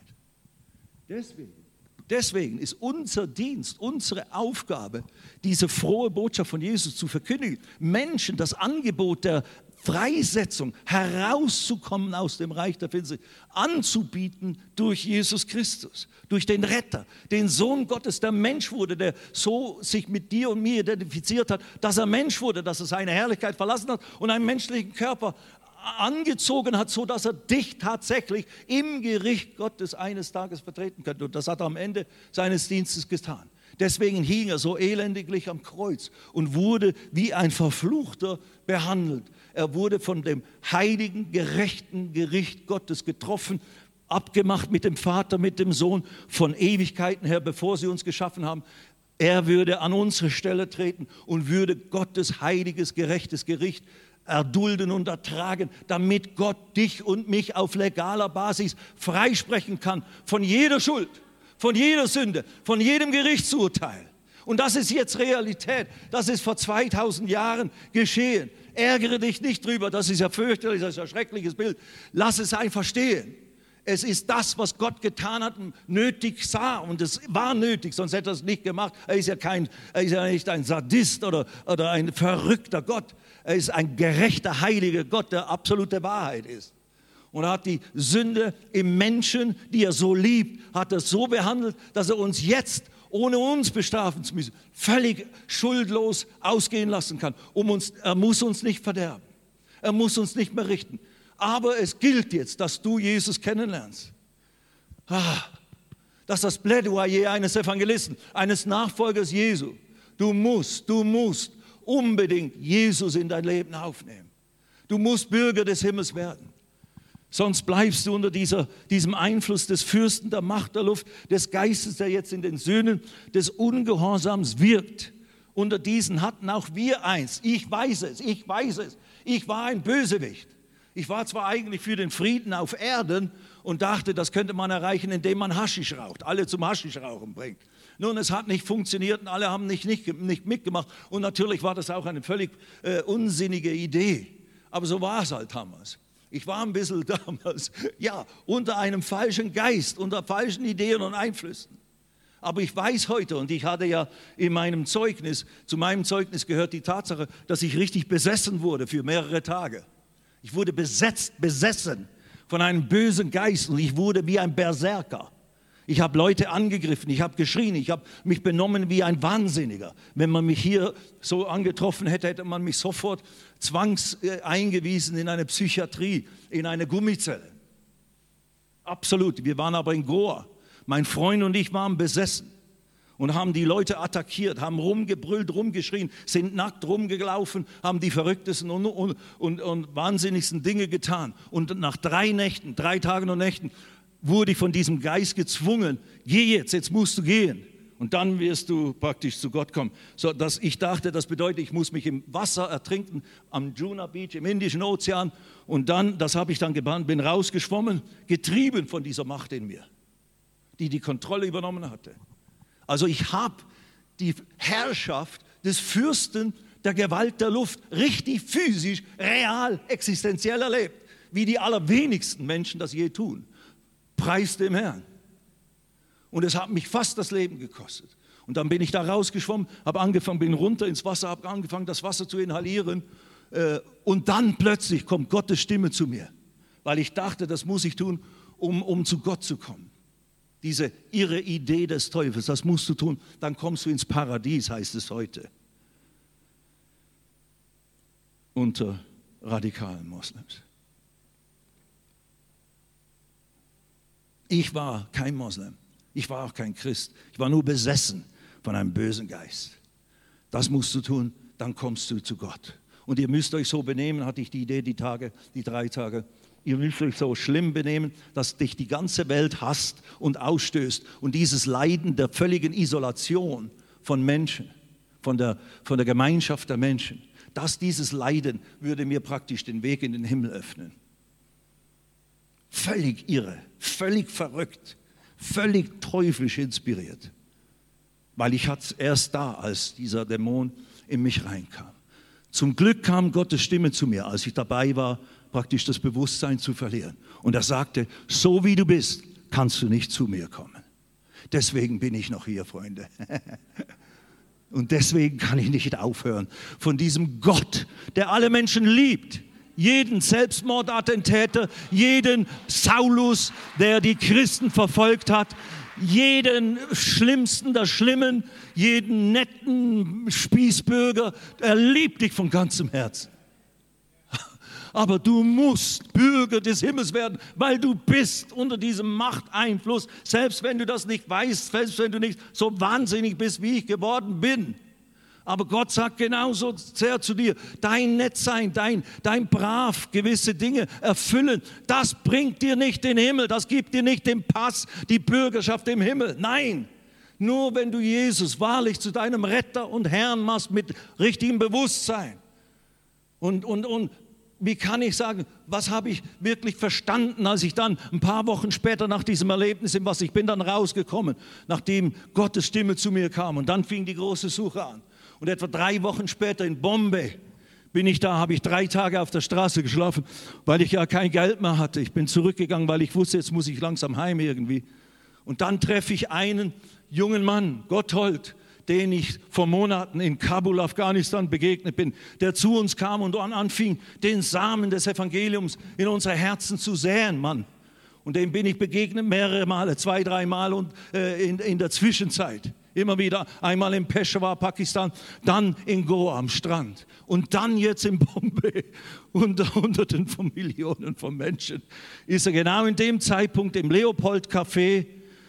Deswegen ist unser Dienst, unsere Aufgabe, diese frohe Botschaft von Jesus zu verkündigen, Menschen das Angebot der Freisetzung, herauszukommen aus dem Reich der Finsternis, anzubieten durch Jesus Christus, durch den Retter, den Sohn Gottes, der Mensch wurde, der so sich mit dir und mir identifiziert hat, dass er Mensch wurde, dass er seine Herrlichkeit verlassen hat und einen menschlichen Körper angezogen hat, so dass er dich tatsächlich im Gericht Gottes eines Tages vertreten könnte. Und das hat er am Ende seines Dienstes getan. Deswegen hing er so elendiglich am Kreuz und wurde wie ein Verfluchter behandelt. Er wurde von dem heiligen, gerechten Gericht Gottes getroffen, abgemacht mit dem Vater, mit dem Sohn, von Ewigkeiten her, bevor sie uns geschaffen haben. Er würde an unsere Stelle treten und würde Gottes heiliges, gerechtes Gericht erdulden und ertragen, damit Gott dich und mich auf legaler Basis freisprechen kann von jeder Schuld, von jeder Sünde, von jedem Gerichtsurteil. Und das ist jetzt Realität. Das ist vor 2000 Jahren geschehen. Ärgere dich nicht drüber, das ist ja fürchterlich, das ist ja ein schreckliches Bild. Lass es einfach stehen. Es ist das, was Gott getan hat, nötig sah. Und es war nötig, sonst hätte er es nicht gemacht. Er ist ja nicht ein Sadist oder ein verrückter Gott. Er ist ein gerechter, heiliger Gott, der absolute Wahrheit ist. Und er hat die Sünde im Menschen, die er so liebt, hat er so behandelt, dass er uns jetzt, ohne uns bestrafen zu müssen, völlig schuldlos ausgehen lassen kann. Er muss uns nicht verderben. Er muss uns nicht mehr richten. Aber es gilt jetzt, dass du Jesus kennenlernst. Das ist das Plädoyer eines Evangelisten, eines Nachfolgers Jesu. Du musst unbedingt Jesus in dein Leben aufnehmen. Du musst Bürger des Himmels werden. Sonst bleibst du unter diesem Einfluss des Fürsten der Macht der Luft, des Geistes, der jetzt in den Söhnen des Ungehorsams wirkt. Unter diesen hatten auch wir eins. Ich weiß es. Ich war ein Bösewicht. Ich war zwar eigentlich für den Frieden auf Erden und dachte, das könnte man erreichen, indem man Haschisch raucht, alle zum Haschischrauchen bringt. Nun, es hat nicht funktioniert und alle haben nicht mitgemacht. Und natürlich war das auch eine völlig unsinnige Idee. Aber so war es halt damals. Ich war ein bisschen damals, unter einem falschen Geist, unter falschen Ideen und Einflüssen. Aber ich weiß heute, und ich hatte ja in meinem Zeugnis, zu meinem Zeugnis gehört die Tatsache, dass ich richtig besessen wurde für mehrere Tage. Ich wurde besessen von einem bösen Geist und ich wurde wie ein Berserker. Ich habe Leute angegriffen, ich habe geschrien, ich habe mich benommen wie ein Wahnsinniger. Wenn man mich hier so angetroffen hätte, hätte man mich sofort eingewiesen in eine Psychiatrie, in eine Gummizelle. Absolut, wir waren aber in Goa. Mein Freund und ich waren besessen und haben die Leute attackiert, haben rumgebrüllt, rumgeschrien, sind nackt rumgelaufen, haben die verrücktesten und wahnsinnigsten Dinge getan. Und nach 3 Tagen und Nächten, wurde ich von diesem Geist gezwungen, geh jetzt musst du gehen. Und dann wirst du praktisch zu Gott kommen. So, dass ich dachte, das bedeutet, ich muss mich im Wasser ertrinken, am Juna Beach, im Indischen Ozean. Und dann, das habe ich dann gebannt, bin rausgeschwommen, getrieben von dieser Macht in mir, die Kontrolle übernommen hatte. Also ich habe die Herrschaft des Fürsten der Gewalt der Luft richtig physisch, real, existenziell erlebt, wie die allerwenigsten Menschen das je tun. Preis dem Herrn. Und es hat mich fast das Leben gekostet. Und dann bin ich da rausgeschwommen, bin runter ins Wasser, habe angefangen, das Wasser zu inhalieren. Und dann plötzlich kommt Gottes Stimme zu mir, weil ich dachte, das muss ich tun, um zu Gott zu kommen. Diese irre Idee des Teufels, das musst du tun, dann kommst du ins Paradies, heißt es heute. Unter radikalen Moslems. Ich war kein Moslem, ich war auch kein Christ, ich war nur besessen von einem bösen Geist. Das musst du tun, dann kommst du zu Gott. Und ihr müsst euch so benehmen, hatte ich die Idee, die 3 Tage, ihr müsst euch so schlimm benehmen, dass dich die ganze Welt hasst und ausstößt. Und dieses Leiden der völligen Isolation von Menschen, von der Gemeinschaft der Menschen, dieses Leiden würde mir praktisch den Weg in den Himmel öffnen. Völlig irre, völlig verrückt, völlig teuflisch inspiriert. Weil ich hatte es erst da, als dieser Dämon in mich reinkam. Zum Glück kam Gottes Stimme zu mir, als ich dabei war, praktisch das Bewusstsein zu verlieren. Und er sagte, so wie du bist, kannst du nicht zu mir kommen. Deswegen bin ich noch hier, Freunde. Und deswegen kann ich nicht aufhören, von diesem Gott, der alle Menschen liebt, jeden Selbstmordattentäter, jeden Saulus, der die Christen verfolgt hat, jeden Schlimmsten der Schlimmen, jeden netten Spießbürger, er liebt dich von ganzem Herzen. Aber du musst Bürger des Himmels werden, weil du bist unter diesem Machteinfluss, selbst wenn du das nicht weißt, selbst wenn du nicht so wahnsinnig bist, wie ich geworden bin. Aber Gott sagt genauso sehr zu dir, dein Nettsein, dein brav gewisse Dinge erfüllen, das bringt dir nicht den Himmel, das gibt dir nicht den Pass, die Bürgerschaft im Himmel. Nein, nur wenn du Jesus wahrlich zu deinem Retter und Herrn machst mit richtigem Bewusstsein. Und wie kann ich sagen, was habe ich wirklich verstanden, als ich dann ein paar Wochen später nach diesem Erlebnis ich bin dann rausgekommen, nachdem Gottes Stimme zu mir kam und dann fing die große Suche an. Und etwa 3 Wochen später in Bombay habe ich 3 Tage auf der Straße geschlafen, weil ich ja kein Geld mehr hatte. Ich bin zurückgegangen, weil ich wusste, jetzt muss ich langsam heim irgendwie. Und dann treffe ich einen jungen Mann, Gotthold, den ich vor Monaten in Kabul, Afghanistan begegnet bin, der zu uns kam und anfing, den Samen des Evangeliums in unsere Herzen zu säen, Mann. Und dem bin ich begegnet mehrere Male, 2, 3 Mal und in der Zwischenzeit. Immer wieder, einmal in Peshawar, Pakistan, dann in Goa am Strand und dann jetzt in Bombay unter Hunderten von Millionen von Menschen. Ist er genau in dem Zeitpunkt im Leopold Café,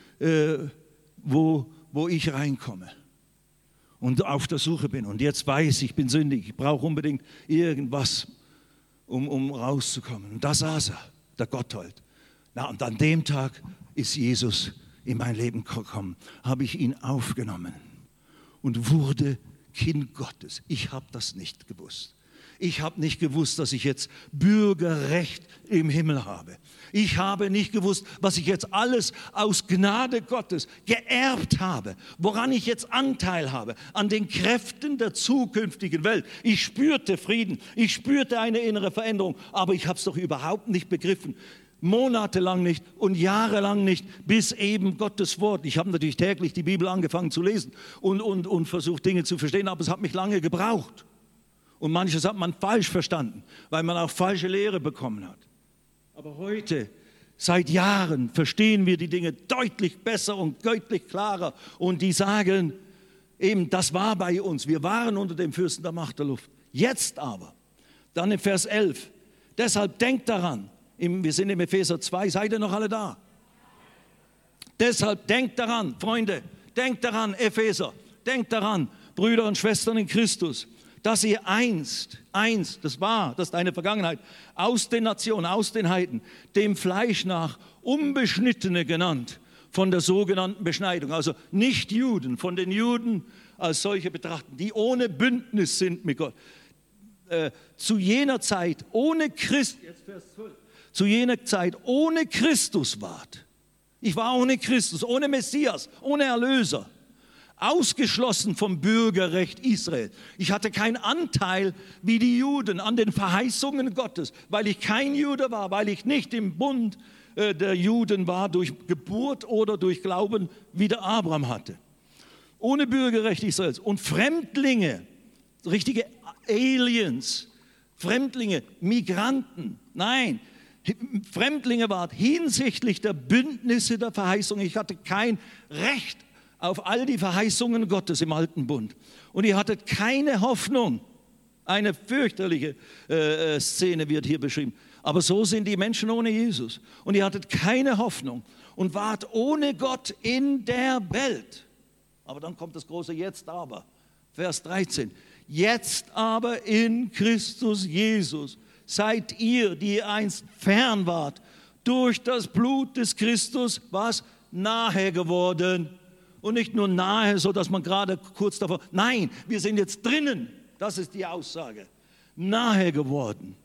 wo ich reinkomme und auf der Suche bin. Und jetzt weiß ich, bin sündig, ich brauche unbedingt irgendwas, um rauszukommen. Und da saß er, der Gotthold. Na, und an dem Tag ist Jesus in mein Leben gekommen, habe ich ihn aufgenommen und wurde Kind Gottes. Ich habe das nicht gewusst. Ich habe nicht gewusst, dass ich jetzt Bürgerrecht im Himmel habe. Ich habe nicht gewusst, was ich jetzt alles aus Gnade Gottes geerbt habe, woran ich jetzt Anteil habe, an den Kräften der zukünftigen Welt. Ich spürte Frieden, ich spürte eine innere Veränderung, aber ich habe es doch überhaupt nicht begriffen. Monatelang nicht und jahrelang nicht, bis eben Gottes Wort. Ich habe natürlich täglich die Bibel angefangen zu lesen und versucht, Dinge zu verstehen, aber es hat mich lange gebraucht. Und manches hat man falsch verstanden, weil man auch falsche Lehre bekommen hat. Aber heute, seit Jahren, verstehen wir die Dinge deutlich besser und deutlich klarer. Und die sagen, eben, das war bei uns. Wir waren unter dem Fürsten der Macht der Luft. Jetzt aber, dann in Vers 11, deshalb denkt daran, wir sind im Epheser 2, seid ihr noch alle da? Deshalb denkt daran, Freunde, denkt daran, Epheser, denkt daran, Brüder und Schwestern in Christus, dass ihr einst, das ist eine Vergangenheit, aus den Nationen, aus den Heiden, dem Fleisch nach Unbeschnittene genannt, von der sogenannten Beschneidung, also nicht Juden, von den Juden als solche betrachten, die ohne Bündnis sind mit Gott. Zu jener Zeit ohne Christus, jetzt Vers 12, zu jener Zeit ohne Christus wart. Ich war ohne Christus, ohne Messias, ohne Erlöser. Ausgeschlossen vom Bürgerrecht Israel. Ich hatte keinen Anteil wie die Juden an den Verheißungen Gottes, weil ich kein Jude war, weil ich nicht im Bund der Juden war, durch Geburt oder durch Glauben, wie der Abraham hatte. Ohne Bürgerrecht Israels und Fremdlinge, richtige Aliens, Fremdlinge, Migranten, nein, Fremdlinge wart hinsichtlich der Bündnisse der Verheißungen. Ich hatte kein Recht auf all die Verheißungen Gottes im alten Bund. Und ihr hattet keine Hoffnung. Eine fürchterliche Szene wird hier beschrieben. Aber so sind die Menschen ohne Jesus. Und ihr hattet keine Hoffnung und wart ohne Gott in der Welt. Aber dann kommt das große Jetzt aber. Vers 13. Jetzt aber in Christus Jesus seid ihr, die ihr einst fern wart, durch das Blut des Christus, was nahe geworden. Und nicht nur nahe, so dass man gerade kurz davor, nein, wir sind jetzt drinnen, das ist die Aussage, nahe geworden.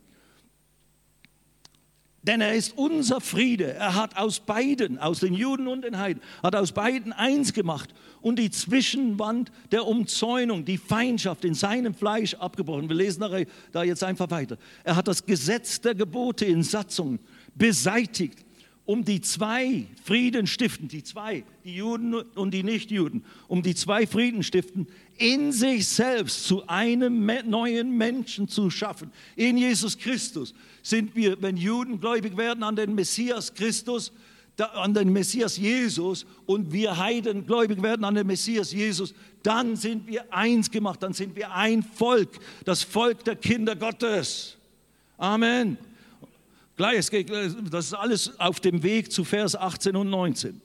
Denn er ist unser Friede, er hat aus beiden, aus den Juden und den Heiden, hat aus beiden eins gemacht und die Zwischenwand der Umzäunung, die Feindschaft in seinem Fleisch abgebrochen. Wir lesen da jetzt einfach weiter. Er hat das Gesetz der Gebote in Satzungen beseitigt, um die zwei Frieden stiften, die Juden und die Nichtjuden, um die zwei Frieden stiften, in sich selbst zu einem neuen Menschen zu schaffen. In Jesus Christus sind wir, wenn Juden gläubig werden an den Messias Christus, an den Messias Jesus und wir Heiden gläubig werden an den Messias Jesus, dann sind wir eins gemacht, dann sind wir ein Volk, das Volk der Kinder Gottes. Amen. Das ist alles auf dem Weg zu Vers 18 und 19.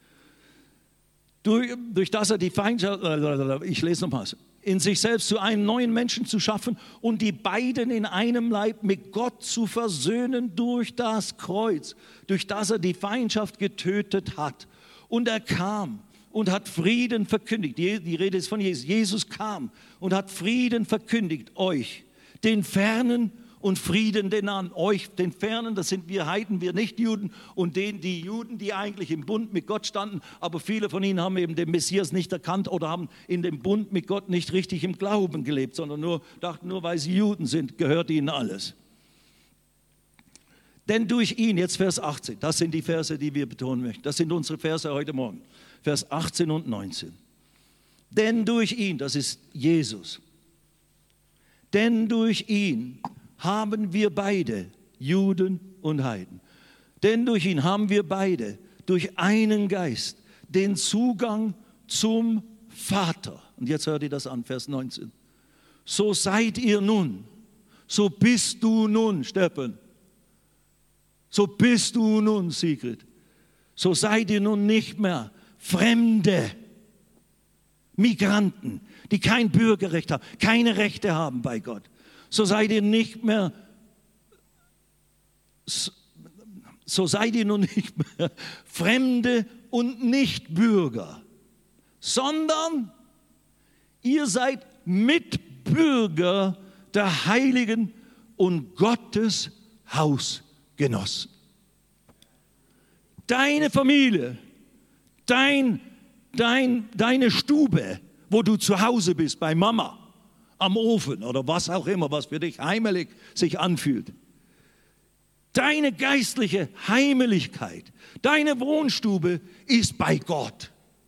Durch das er die Feindschaft, ich lese nochmals, in sich selbst zu einem neuen Menschen zu schaffen und die beiden in einem Leib mit Gott zu versöhnen durch das Kreuz, durch das er die Feindschaft getötet hat. Und er kam und hat Frieden verkündigt. Die Rede ist von Jesus. Jesus kam und hat Frieden verkündigt, euch, den Fernen und Frieden den an euch, den Fernen, das sind wir Heiden, wir Nichtjuden und die Juden, die eigentlich im Bund mit Gott standen, aber viele von ihnen haben eben den Messias nicht erkannt oder haben in dem Bund mit Gott nicht richtig im Glauben gelebt, sondern dachten, nur weil sie Juden sind, gehört ihnen alles. Denn durch ihn, jetzt Vers 18, das sind die Verse, die wir betonen möchten, das sind unsere Verse heute Morgen, Vers 18 und 19. Denn durch ihn, das ist Jesus, denn durch ihn haben wir beide, Juden und Heiden, denn durch ihn haben wir beide, durch einen Geist, den Zugang zum Vater. Und jetzt hört ihr das an, Vers 19. So seid ihr nun, so bist du nun, Steffen, so bist du nun, Sigrid, so seid ihr nun nicht mehr Fremde, Migranten, die kein Bürgerrecht haben, keine Rechte haben bei Gott. So seid ihr nicht mehr, so seid ihr nun nicht mehr Fremde und Nichtbürger, sondern ihr seid Mitbürger der Heiligen und Gottes Hausgenossen. Deine Familie, deine Stube, wo du zu Hause bist, bei Mama, am Ofen oder was auch immer, was für dich heimelig sich anfühlt. Deine geistliche Heimeligkeit, deine Wohnstube ist bei Gott.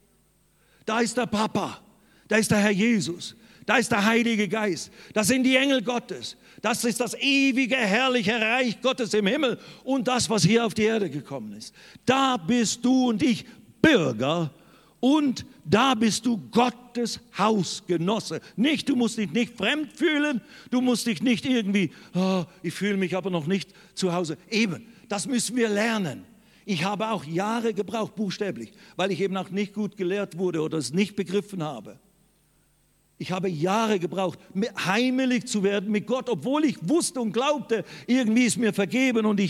Da ist der Papa, da ist der Herr Jesus, da ist der Heilige Geist, das sind die Engel Gottes, das ist das ewige, herrliche Reich Gottes im Himmel und das, was hier auf die Erde gekommen ist. Da bist du und ich Bürger und da bist du Gottes Hausgenosse. Nicht, du musst dich nicht fremd fühlen, du musst dich nicht irgendwie, ich fühle mich aber noch nicht zu Hause. Eben, das müssen wir lernen. Ich habe auch Jahre gebraucht, buchstäblich, weil ich eben auch nicht gut gelehrt wurde oder es nicht begriffen habe. Ich habe Jahre gebraucht, heimelig zu werden mit Gott, obwohl ich wusste und glaubte, irgendwie ist mir vergeben und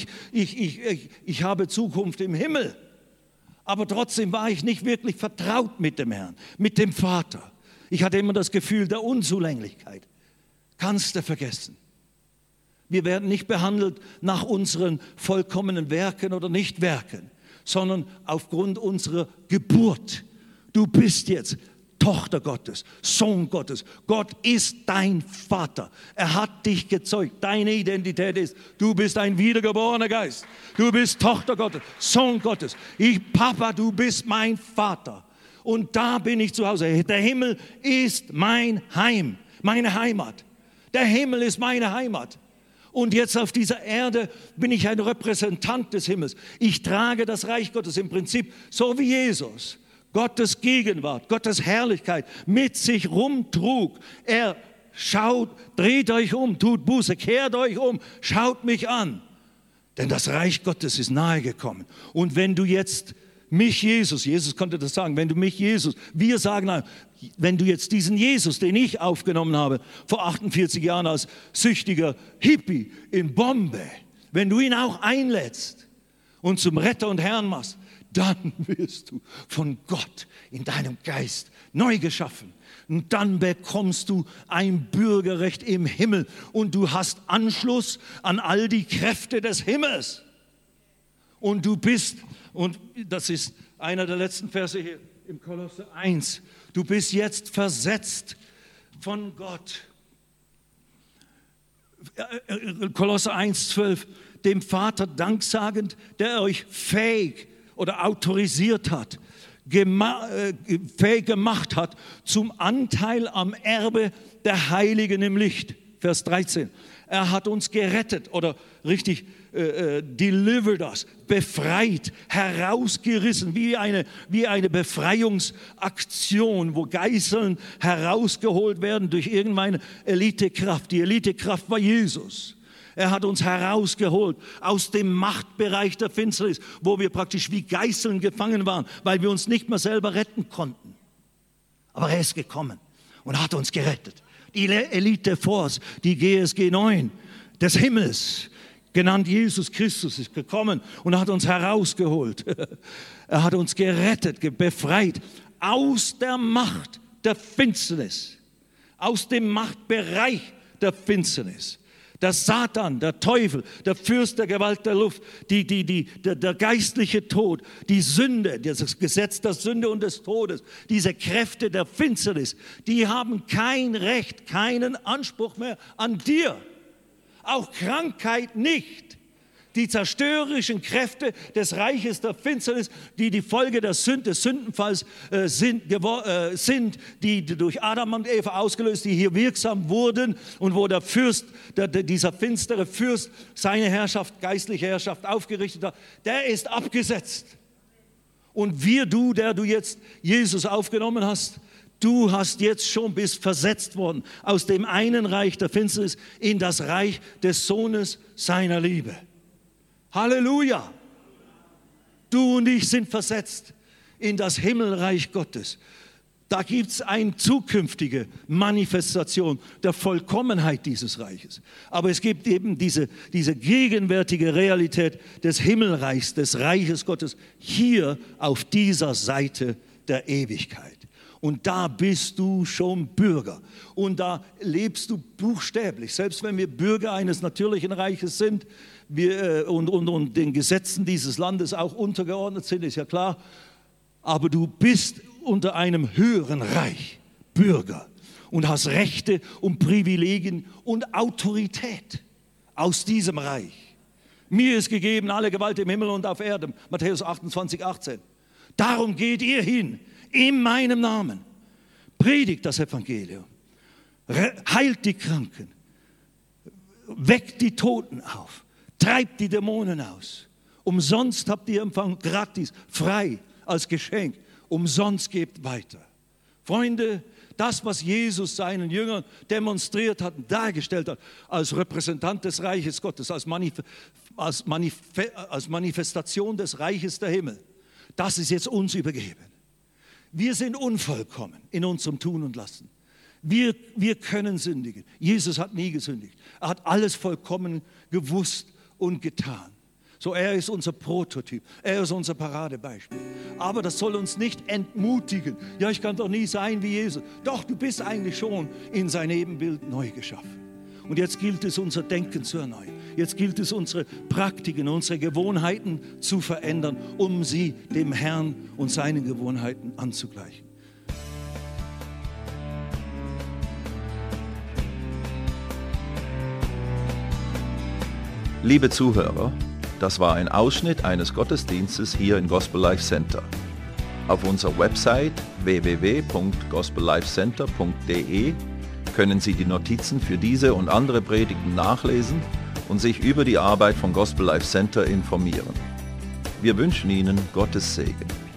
ich habe Zukunft im Himmel. Aber trotzdem war ich nicht wirklich vertraut mit dem Herrn, mit dem Vater. Ich hatte immer das Gefühl der Unzulänglichkeit. Kannst du vergessen. Wir werden nicht behandelt nach unseren vollkommenen Werken oder Nichtwerken, sondern aufgrund unserer Geburt. Du bist jetzt Tochter Gottes, Sohn Gottes. Gott ist dein Vater. Er hat dich gezeugt. Deine Identität ist, du bist ein wiedergeborener Geist. Du bist Tochter Gottes, Sohn Gottes. Papa, du bist mein Vater. Und da bin ich zu Hause. Der Himmel ist mein Heim, meine Heimat. Der Himmel ist meine Heimat. Und jetzt auf dieser Erde bin ich ein Repräsentant des Himmels. Ich trage das Reich Gottes im Prinzip so wie Jesus. Gottes Gegenwart, Gottes Herrlichkeit mit sich rumtrug. Er schaut, dreht euch um, tut Buße, kehrt euch um, schaut mich an. Denn das Reich Gottes ist nahe gekommen. Und wenn du jetzt mich Jesus konnte das sagen, wenn du mich Jesus, wir sagen, wenn du jetzt diesen Jesus, den ich aufgenommen habe, vor 48 Jahren als süchtiger Hippie in Bombay, wenn du ihn auch einlädst und zum Retter und Herrn machst, dann wirst du von Gott in deinem Geist neu geschaffen. Und dann bekommst du ein Bürgerrecht im Himmel und du hast Anschluss an all die Kräfte des Himmels. Und du bist, und das ist einer der letzten Verse hier im Kolosser 1, du bist jetzt versetzt von Gott. Kolosser 1,12, dem Vater danksagend, der euch fähig oder autorisiert hat, fähig gemacht hat zum Anteil am Erbe der Heiligen im Licht. Vers 13. Er hat uns gerettet oder richtig delivered us, befreit, herausgerissen, wie eine Befreiungsaktion, wo Geiseln herausgeholt werden durch irgendeine Elitekraft. Die Elitekraft war Jesus. Er hat uns herausgeholt aus dem Machtbereich der Finsternis, wo wir praktisch wie Geiseln gefangen waren, weil wir uns nicht mehr selber retten konnten. Aber er ist gekommen und hat uns gerettet. Die Elite Force, die GSG 9 des Himmels, genannt Jesus Christus, ist gekommen und hat uns herausgeholt. Er hat uns gerettet, befreit aus der Macht der Finsternis, aus dem Machtbereich der Finsternis. Der Satan, der Teufel, der Fürst der Gewalt der Luft, der geistliche Tod, die Sünde, das Gesetz der Sünde und des Todes, diese Kräfte der Finsternis, die haben kein Recht, keinen Anspruch mehr an dir. Auch Krankheit nicht. die zerstörerischen Kräfte des Reiches der Finsternis, die die Folge des Sündenfalls sind, die durch Adam und Eva ausgelöst, die hier wirksam wurden und wo der Fürst, dieser finstere Fürst, seine Herrschaft, geistliche Herrschaft aufgerichtet hat, der ist abgesetzt. Und du, der du jetzt Jesus aufgenommen hast, du hast jetzt schon bist versetzt worden aus dem einen Reich der Finsternis in das Reich des Sohnes seiner Liebe. Halleluja! Du und ich sind versetzt in das Himmelreich Gottes. Da gibt es eine zukünftige Manifestation der Vollkommenheit dieses Reiches. Aber es gibt eben diese gegenwärtige Realität des Himmelreichs, des Reiches Gottes, hier auf dieser Seite der Ewigkeit. Und da bist du schon Bürger. Und da lebst du buchstäblich. Selbst wenn wir Bürger eines natürlichen Reiches sind und den Gesetzen dieses Landes auch untergeordnet sind, ist ja klar. Aber du bist unter einem höheren Reich Bürger und hast Rechte und Privilegien und Autorität aus diesem Reich. Mir ist gegeben alle Gewalt im Himmel und auf Erden. Matthäus 28, 18. Darum geht ihr hin. In meinem Namen. Predigt das Evangelium. Heilt die Kranken. Weckt die Toten auf. Treibt die Dämonen aus. Umsonst habt ihr empfangen, gratis, frei, als Geschenk. Umsonst gebt weiter. Freunde, das, was Jesus seinen Jüngern demonstriert hat und dargestellt hat, als Repräsentant des Reiches Gottes, als Manifestation des Reiches der Himmel, das ist jetzt uns übergeben. Wir sind unvollkommen in unserem Tun und Lassen. Wir können sündigen. Jesus hat nie gesündigt. Er hat alles vollkommen gewusst und getan. So, er ist unser Prototyp. Er ist unser Paradebeispiel. Aber das soll uns nicht entmutigen. Ja, ich kann doch nie sein wie Jesus. Doch, du bist eigentlich schon in sein Ebenbild neu geschaffen. Und jetzt gilt es, unser Denken zu erneuern. Jetzt gilt es, unsere Praktiken, unsere Gewohnheiten zu verändern, um sie dem Herrn und seinen Gewohnheiten anzugleichen. Liebe Zuhörer, das war ein Ausschnitt eines Gottesdienstes hier im Gospel Life Center. Auf unserer Website www.gospellifecenter.de können Sie die Notizen für diese und andere Predigten nachlesen und sich über die Arbeit von Gospel Life Center informieren. Wir wünschen Ihnen Gottes Segen.